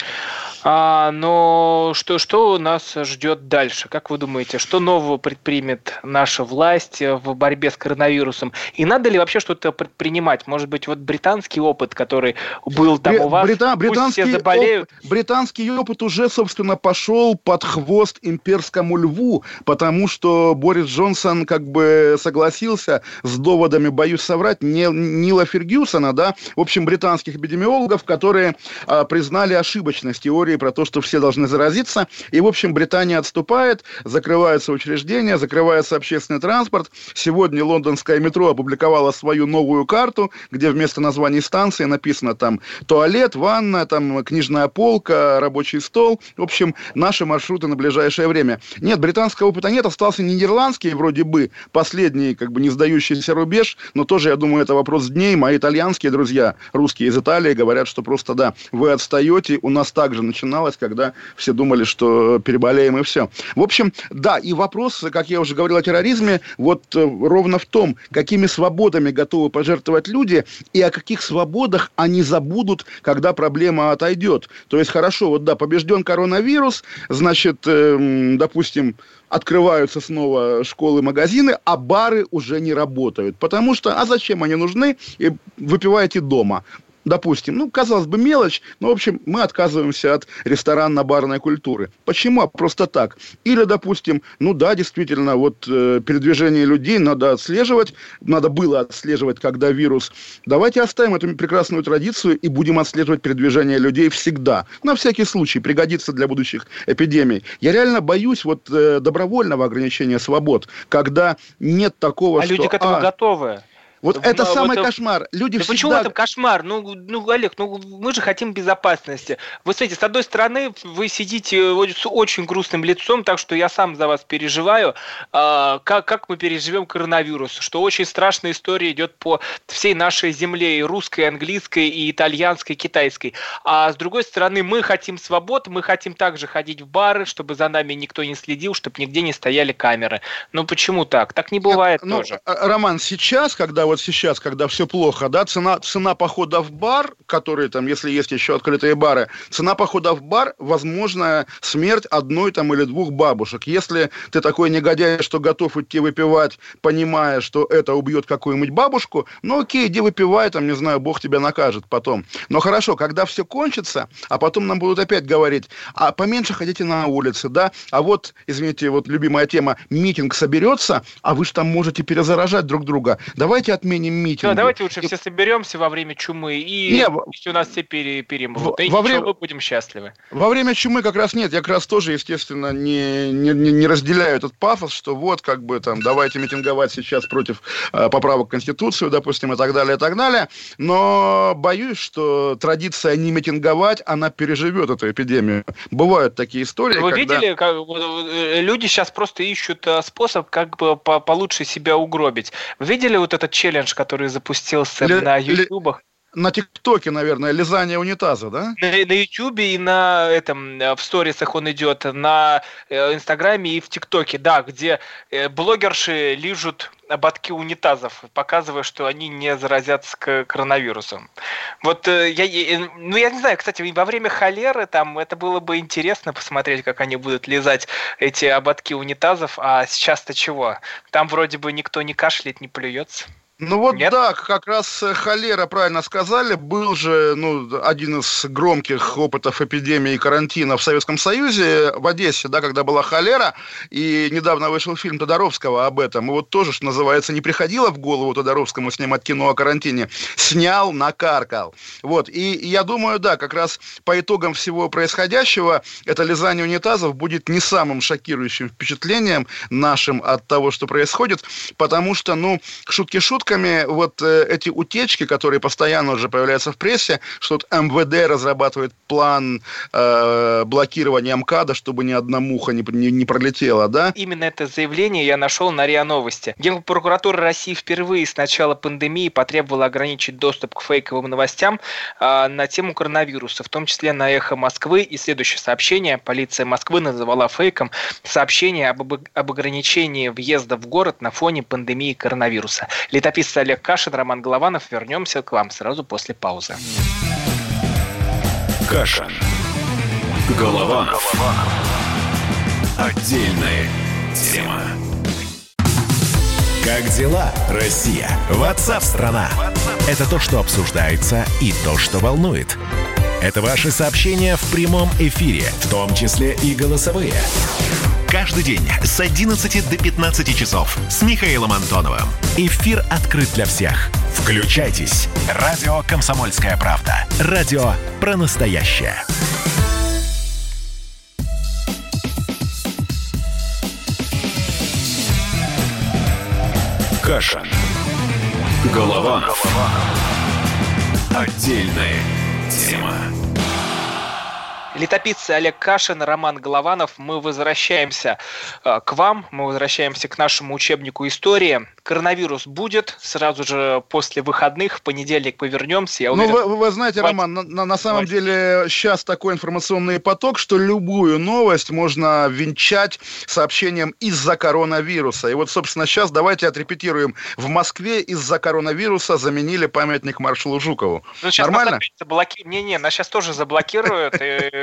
[SPEAKER 2] Но что нас ждет дальше? Как вы думаете, что нового предпримет наша власть в борьбе с коронавирусом? И надо ли вообще что-то предпринимать? Может быть, вот британский опыт, который был там у вас, пусть все заболеют?
[SPEAKER 3] Британский опыт уже, собственно, пошел под хвост имперскому льву, потому что Борис Джонсон как бы согласился с доводами, боюсь соврать, Нила Фергюсона, да, в общем, британских эпидемиологов, которые признали ошибочность теории про то, что все должны заразиться. И, в общем, Британия отступает, закрываются учреждения, закрывается общественный транспорт. Сегодня лондонское метро опубликовало свою новую карту, где вместо названий станции написано там туалет, ванна, там книжная полка, рабочий стол. В общем, наши маршруты на ближайшее время. Нет, британского опыта нет, остался нидерландский, вроде бы, последний, как бы не сдающийся рубеж, но тоже, я думаю, это вопрос дней. Мои итальянские друзья, русские из Италии, говорят, что просто, да, вы отстаете, у нас также начиналось, когда все думали, что переболеем и все. В общем, да, и вопрос, как я уже говорил о терроризме, вот ровно в том, какими свободами готовы пожертвовать люди и о каких свободах они забудут, когда проблема отойдет. То есть, хорошо, вот да, побежден коронавирус, значит, допустим, открываются снова школы, магазины, а бары уже не работают. Потому что, а зачем они нужны? И выпиваете дома. Допустим, казалось бы, мелочь, но, в общем, мы отказываемся от ресторанно-барной культуры. Почему? Просто так. Или, допустим, да, действительно, вот передвижение людей надо отслеживать, надо было отслеживать, когда вирус. Давайте оставим эту прекрасную традицию и будем отслеживать передвижение людей всегда. На всякий случай, пригодится для будущих эпидемий. Я реально боюсь добровольного ограничения свобод, когда нет такого,
[SPEAKER 2] что... А люди к этому готовы.
[SPEAKER 3] Вот это самый кошмар. Люди
[SPEAKER 2] да
[SPEAKER 3] всегда...
[SPEAKER 2] Почему это кошмар? Олег, мы же хотим безопасности. Вы смотрите, с одной стороны, вы сидите с очень грустным лицом, так что я сам за вас переживаю, как мы переживем коронавирус, что очень страшная история идет по всей нашей земле, и русской, и английской, и итальянской, и китайской. А с другой стороны, мы хотим свобод, мы хотим также ходить в бары, чтобы за нами никто не следил, чтобы нигде не стояли камеры. Почему так? Так не бывает тоже.
[SPEAKER 3] Роман, сейчас, когда все плохо, да, цена похода в бар, который там, если есть еще открытые бары, цена похода в бар, возможно, смерть одной там или двух бабушек. Если ты такой негодяй, что готов идти выпивать, понимая, что это убьет какую-нибудь бабушку, окей, иди выпивай, там, не знаю, Бог тебя накажет потом. Но хорошо, когда все кончится, а потом нам будут опять говорить, а поменьше ходите на улице, да, а вот, извините, вот любимая тема, митинг соберется, а вы же там можете перезаражать друг друга. Давайте отменим митинги.
[SPEAKER 2] Давайте лучше все соберемся во время чумы, и пусть у нас все перемрут. Мы будем счастливы.
[SPEAKER 3] Во время чумы как раз нет. Я как раз тоже, естественно, не разделяю этот пафос, что вот, как бы там, давайте митинговать сейчас против поправок в Конституцию, допустим, и так далее, и так далее. Но боюсь, что традиция не митинговать, она переживет эту эпидемию. Бывают такие истории,
[SPEAKER 2] Вы видели, как люди сейчас просто ищут способ, как бы получше себя угробить. Вы видели вот этот челлендж, который запустился на ютубах?
[SPEAKER 3] На ТикТоке, наверное, лизание унитаза, да?
[SPEAKER 2] На Ютубе и в сторисах он идет, на Инстаграме и в ТикТоке, да, где блогерши лижут ободки унитазов, показывая, что они не заразятся коронавирусом. Вот я не знаю, кстати, во время холеры там это было бы интересно посмотреть, как они будут лизать эти ободки унитазов, а сейчас-то чего? Там вроде бы никто не кашляет, не плюется.
[SPEAKER 3] Ну вот
[SPEAKER 2] Нет?
[SPEAKER 3] да, как раз холера, правильно сказали, был же один из громких опытов эпидемии и карантина в Советском Союзе, в Одессе, да, когда была холера, и недавно вышел фильм Тодоровского об этом, и вот тоже, что называется, не приходило в голову Тодоровскому снимать кино о карантине, снял, накаркал. Вот, и я думаю, да, как раз по итогам всего происходящего это лизание унитазов будет не самым шокирующим впечатлением нашим от того, что происходит, потому что, шутки шутками, вот эти утечки, которые постоянно уже появляются в прессе, что вот МВД разрабатывает план блокирования МКАДа, чтобы ни одна муха не пролетела, да?
[SPEAKER 2] Именно это заявление я нашел на РИА Новости. Генпрокуратура России впервые с начала пандемии потребовала ограничить доступ к фейковым новостям на тему коронавируса, в том числе на «Эхо Москвы». И следующее сообщение. Полиция Москвы называла фейком сообщение об ограничении въезда в город на фоне пандемии коронавируса. Летописец Олег Кашин, Роман Голованов. Вернемся к вам сразу после паузы.
[SPEAKER 1] Кашин. Голованов. Отдельная тема.
[SPEAKER 4] Как дела, Россия? WhatsApp-страна! Это то, что обсуждается и то, что волнует. Это ваши сообщения в прямом эфире, в том числе и голосовые. Каждый день с 11 до 15 часов с Михаилом Антоновым. Эфир открыт для всех. Включайтесь. Радио «Комсомольская правда». Радио про настоящее.
[SPEAKER 1] Кашин. Голованов. Отдельная тема.
[SPEAKER 2] Летописцы Олег Кашин, Роман Голованов. Мы возвращаемся к вам, мы возвращаемся к нашему учебнику истории. Коронавирус будет сразу же после выходных, в понедельник повернемся. Я уверен,
[SPEAKER 3] вы знаете, Роман, на самом деле сейчас такой информационный поток, что любую новость можно венчать сообщением «из-за коронавируса». И вот, собственно, сейчас давайте отрепетируем. В Москве из-за коронавируса заменили памятник маршалу Жукову. Нормально?
[SPEAKER 2] Нас сейчас тоже заблокируют.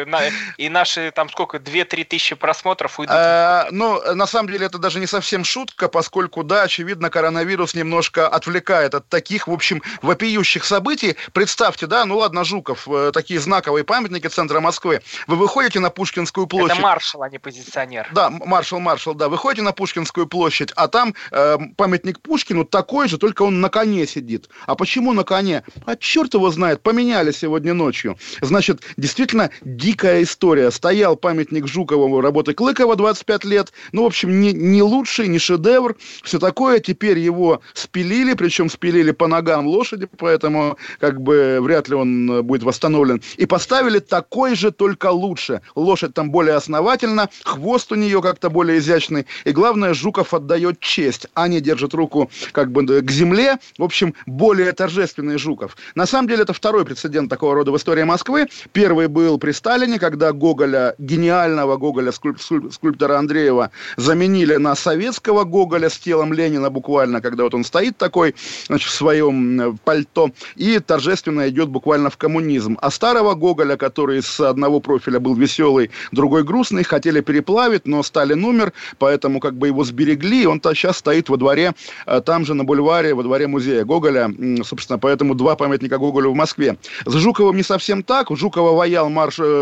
[SPEAKER 2] И наши, там сколько, 2-3 тысячи просмотров уйдут.
[SPEAKER 3] На самом деле это даже не совсем шутка, поскольку, да, очевидно, коронавирус немножко отвлекает от таких, в общем, вопиющих событий. Представьте, да, ладно, Жуков, такие знаковые памятники центра Москвы. Вы выходите на Пушкинскую площадь.
[SPEAKER 2] Это маршал, а не позиционер.
[SPEAKER 3] Да, маршал, да. Выходите на Пушкинскую площадь, а там памятник Пушкину такой же, только он на коне сидит. А почему на коне? А черт его знает, поменяли сегодня ночью. Значит, действительно, дикая история. Стоял памятник Жукову работы Клыкова 25 лет. В общем, не лучший, не шедевр. Все такое. Теперь его спилили, причем спилили по ногам лошади, поэтому вряд ли он будет восстановлен. И поставили такой же, только лучше. Лошадь там более основательна, хвост у нее как-то более изящный. И главное, Жуков отдает честь. Аня держит руку к земле. В общем, более торжественный Жуков. На самом деле, это второй прецедент такого рода в истории Москвы. Первый был при Сталине, когда Гоголя, гениального Гоголя, скульптора Андреева, заменили на советского Гоголя с телом Ленина буквально, когда вот он стоит такой, в своем пальто, и торжественно идет буквально в коммунизм. А старого Гоголя, который с одного профиля был веселый, другой грустный, хотели переплавить, но Сталин умер, поэтому его сберегли, и он сейчас стоит во дворе, там же на бульваре, во дворе музея Гоголя, собственно, поэтому 2 памятника Гоголю в Москве. С Жуковым не совсем так. Жукова ваял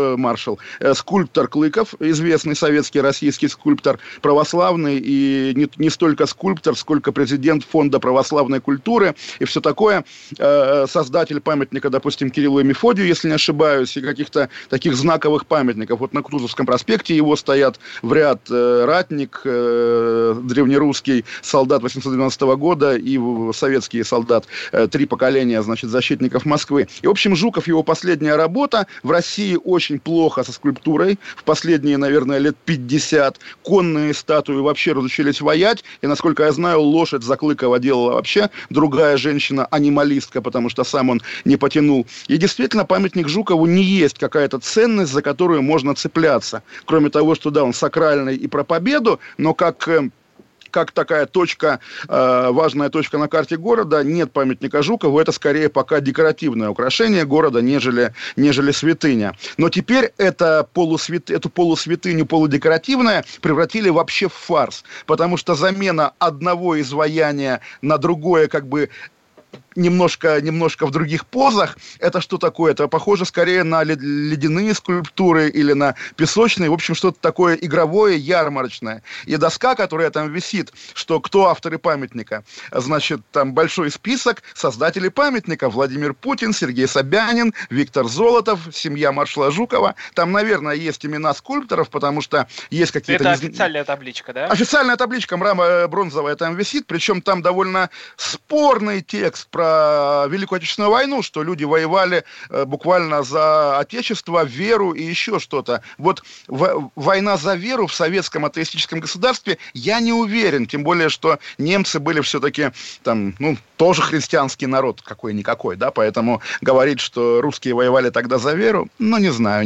[SPEAKER 3] скульптор Клыков, известный советский, российский скульптор, православный, и не столько скульптор, сколько президент Фонда православной культуры, и все такое, создатель памятника, допустим, Кириллу и Мефодию, если не ошибаюсь, и каких-то таких знаковых памятников. Вот на Кутузовском проспекте его стоят в ряд ратник, древнерусский солдат 812 года и советский солдат, 3 поколения, защитников Москвы. И, в общем, Жуков, его последняя работа. В России очень плохо со скульптурой. В последние, наверное, лет 50 конные статуи вообще разучились ваять. И, насколько я знаю, лошадь за Клыкова делала вообще другая женщина-анималистка, потому что сам он не потянул. И действительно, памятник Жукову не есть какая-то ценность, за которую можно цепляться. Кроме того, что, да, он сакральный и про победу, но как как такая точка, важная точка на карте города, нет памятника Жукову, это скорее пока декоративное украшение города, нежели святыня. Но теперь эту полусвятыню, полудекоративное превратили вообще в фарс, потому что замена одного изваяния на другое, как бы, немножко в других позах. Это что такое? Это похоже скорее на ледяные скульптуры или на песочные. В общем, что-то такое игровое, ярмарочное. И доска, которая там висит, что кто авторы памятника. Значит, там большой список создателей памятника. Владимир Путин, Сергей Собянин, Виктор Золотов, семья маршала Жукова. Там, наверное, есть имена скульпторов, потому что есть какие-то...
[SPEAKER 2] Это официальная табличка, да?
[SPEAKER 3] Официальная табличка бронзовая там висит, причем там довольно спорный текст про Великую Отечественную войну, что люди воевали буквально за Отечество, веру и еще что-то. Вот война за веру в советском атеистическом государстве, я не уверен, тем более, что немцы были все-таки там, тоже христианский народ какой-никакой, да, поэтому говорить, что русские воевали тогда за веру, не знаю.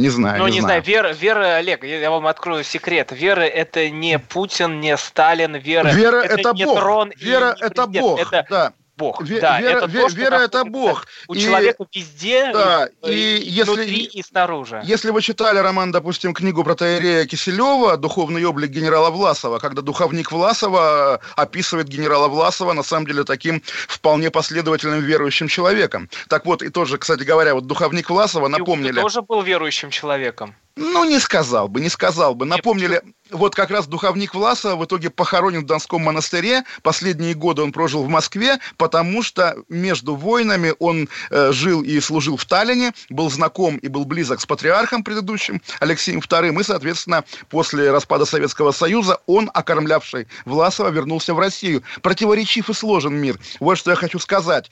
[SPEAKER 2] Вера, Олег, я вам открою секрет. Вера — это не Путин, не Сталин, вера
[SPEAKER 3] это
[SPEAKER 2] не
[SPEAKER 3] Бог.
[SPEAKER 2] трон,
[SPEAKER 3] Вера — это Бог, да.
[SPEAKER 2] Бог.
[SPEAKER 3] Вера — это Бог.
[SPEAKER 2] У человека везде,
[SPEAKER 3] да,
[SPEAKER 2] и внутри, и снаружи.
[SPEAKER 3] Если вы читали, Роман, допустим, книгу протоиерея Киселева «Духовный облик генерала Власова», когда духовник Власова описывает генерала Власова на самом деле таким вполне последовательным верующим человеком. Так вот, и тоже, кстати говоря, вот духовник Власова напомнили...
[SPEAKER 2] Ты тоже был верующим человеком?
[SPEAKER 3] Не сказал бы. Напомнили, вот как раз духовник Власова в итоге похоронен в Донском монастыре. Последние годы он прожил в Москве, потому что между войнами он жил и служил в Таллине, был знаком и был близок с патриархом предыдущим, Алексеем II, и, соответственно, после распада Советского Союза он, окормлявший Власова, вернулся в Россию. Противоречив и сложен мир. Вот что я хочу сказать.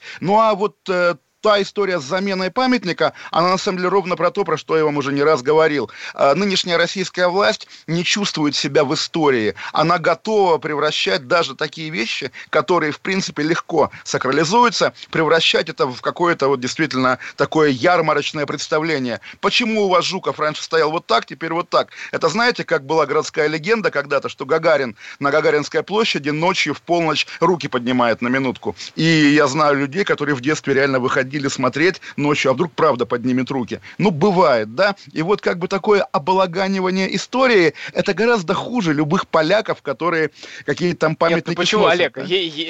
[SPEAKER 3] Та история с заменой памятника, она на самом деле ровно про то, про что я вам уже не раз говорил. Нынешняя российская власть не чувствует себя в истории. Она готова превращать даже такие вещи, которые, в принципе, легко сакрализуются, превращать это в какое-то действительно такое ярмарочное представление. Почему у вас Жуков раньше стоял вот так, теперь вот так? Это знаете, как была городская легенда когда-то, что Гагарин на Гагаринской площади ночью в полночь руки поднимает на минутку. И я знаю людей, которые в детстве реально выходили смотреть ночью, а вдруг правда поднимет руки. Бывает, да? И вот как бы такое оболаганивание истории, это гораздо хуже любых поляков, которые какие-то там памятники...
[SPEAKER 2] Почему,
[SPEAKER 3] сносят,
[SPEAKER 2] Олег?
[SPEAKER 3] да?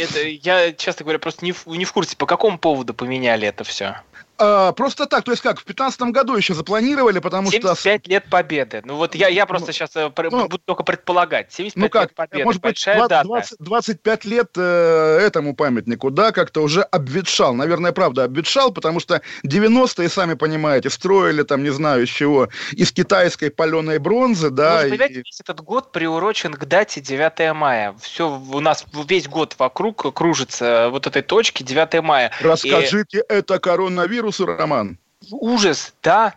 [SPEAKER 2] Я, честно говоря, просто не в курсе, по какому поводу поменяли это все?
[SPEAKER 3] Просто так, то есть как, в 2015 году еще запланировали, потому
[SPEAKER 2] 75 лет победы. Я просто сейчас буду только предполагать. 75 лет победы,
[SPEAKER 3] может быть,
[SPEAKER 2] большая дата.
[SPEAKER 3] 25 лет этому памятнику, да, как-то уже обветшал. Наверное, правда, обветшал, потому что 90-е, сами понимаете, строили там, не знаю, из чего, из китайской паленой бронзы, да.
[SPEAKER 2] Понимаете, весь этот год приурочен к дате 9 мая. Все, у нас весь год вокруг кружится вот этой точки 9 мая.
[SPEAKER 3] Расскажите, это коронавирус, Роман?
[SPEAKER 2] Ужас, да.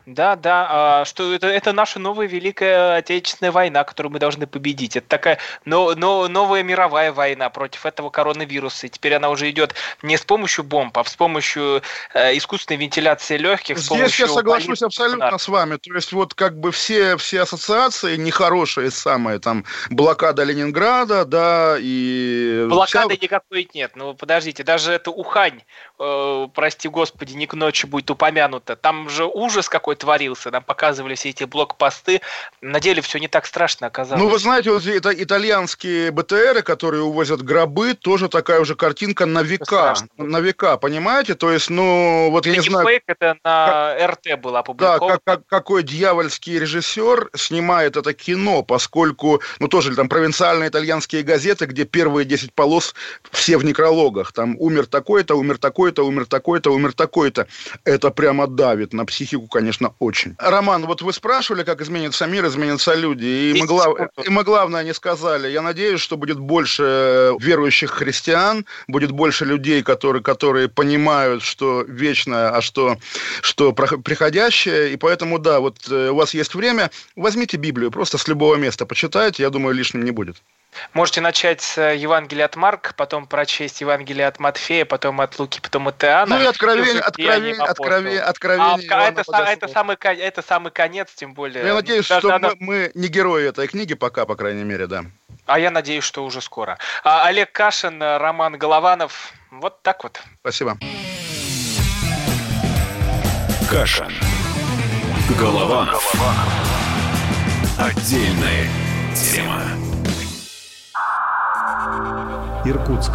[SPEAKER 2] Что это наша новая Великая Отечественная война, которую мы должны победить. Это такая новая мировая война против этого коронавируса. И теперь она уже идет не с помощью бомб, а с помощью искусственной вентиляции легких.
[SPEAKER 3] Здесь я соглашусь абсолютно с вами. То есть вот как бы все ассоциации нехорошие самые, там блокада Ленинграда, да, и...
[SPEAKER 2] Блокады никакой нет. Подождите, даже это Ухань, прости господи, не к ночи будет упомянуто. Там же ужас какой творился, нам показывали все эти блокпосты. На деле все не так страшно оказалось.
[SPEAKER 3] Вы знаете, вот это итальянские БТРы, которые увозят гробы, тоже такая уже картинка на века. На века, понимаете? То есть, вот я не знаю...
[SPEAKER 2] Фейк, это на РТ было опубликовано.
[SPEAKER 3] Да, какой дьявольский режиссер снимает это кино, поскольку, тоже там провинциальные итальянские газеты, где первые 10 полос все в некрологах. Там умер такой-то, умер такой-то, умер такой-то, умер такой-то. Это прямо давит на психику, конечно, очень. Роман, вот вы спрашивали, как изменится мир, изменятся люди. И мы главное не сказали. Я надеюсь, что будет больше верующих христиан, будет больше людей, которые понимают, что вечное, а что приходящее. И поэтому, да, вот у вас есть время, возьмите Библию, просто с любого места почитайте, я думаю, лишним не будет.
[SPEAKER 2] Можете начать с Евангелия от Марка, потом прочесть Евангелие от Матфея, потом от Луки, потом от Иоанна.
[SPEAKER 3] И Откровение.
[SPEAKER 2] Это самый конец, тем более.
[SPEAKER 3] Я надеюсь, что мы не герои этой книги пока, по крайней мере, да.
[SPEAKER 2] А я надеюсь, что уже скоро. Олег Кашин, Роман Голованов. Вот так вот.
[SPEAKER 3] Спасибо.
[SPEAKER 1] Кашин. Голованов. Отдельная тема.
[SPEAKER 6] Иркутск.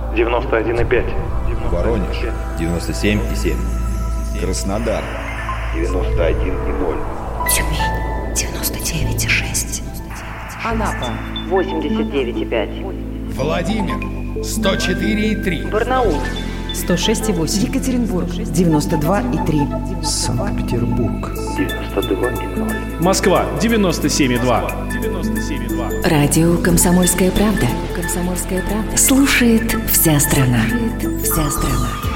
[SPEAKER 7] 91,5.
[SPEAKER 6] Воронеж. 97,7. Краснодар. 91,0.
[SPEAKER 8] Тюмень. 99,6.
[SPEAKER 9] Анапа. 89,5.
[SPEAKER 6] Владимир. 104,3.
[SPEAKER 9] Барнаул.
[SPEAKER 10] 106,8.
[SPEAKER 9] Екатеринбург. 92,3.
[SPEAKER 6] Санкт-Петербург.
[SPEAKER 7] 92,0.
[SPEAKER 11] Москва. 97,2.
[SPEAKER 8] Радио «Комсомольская правда». «Комсомольская правда». Слушает вся страна. Вся страна.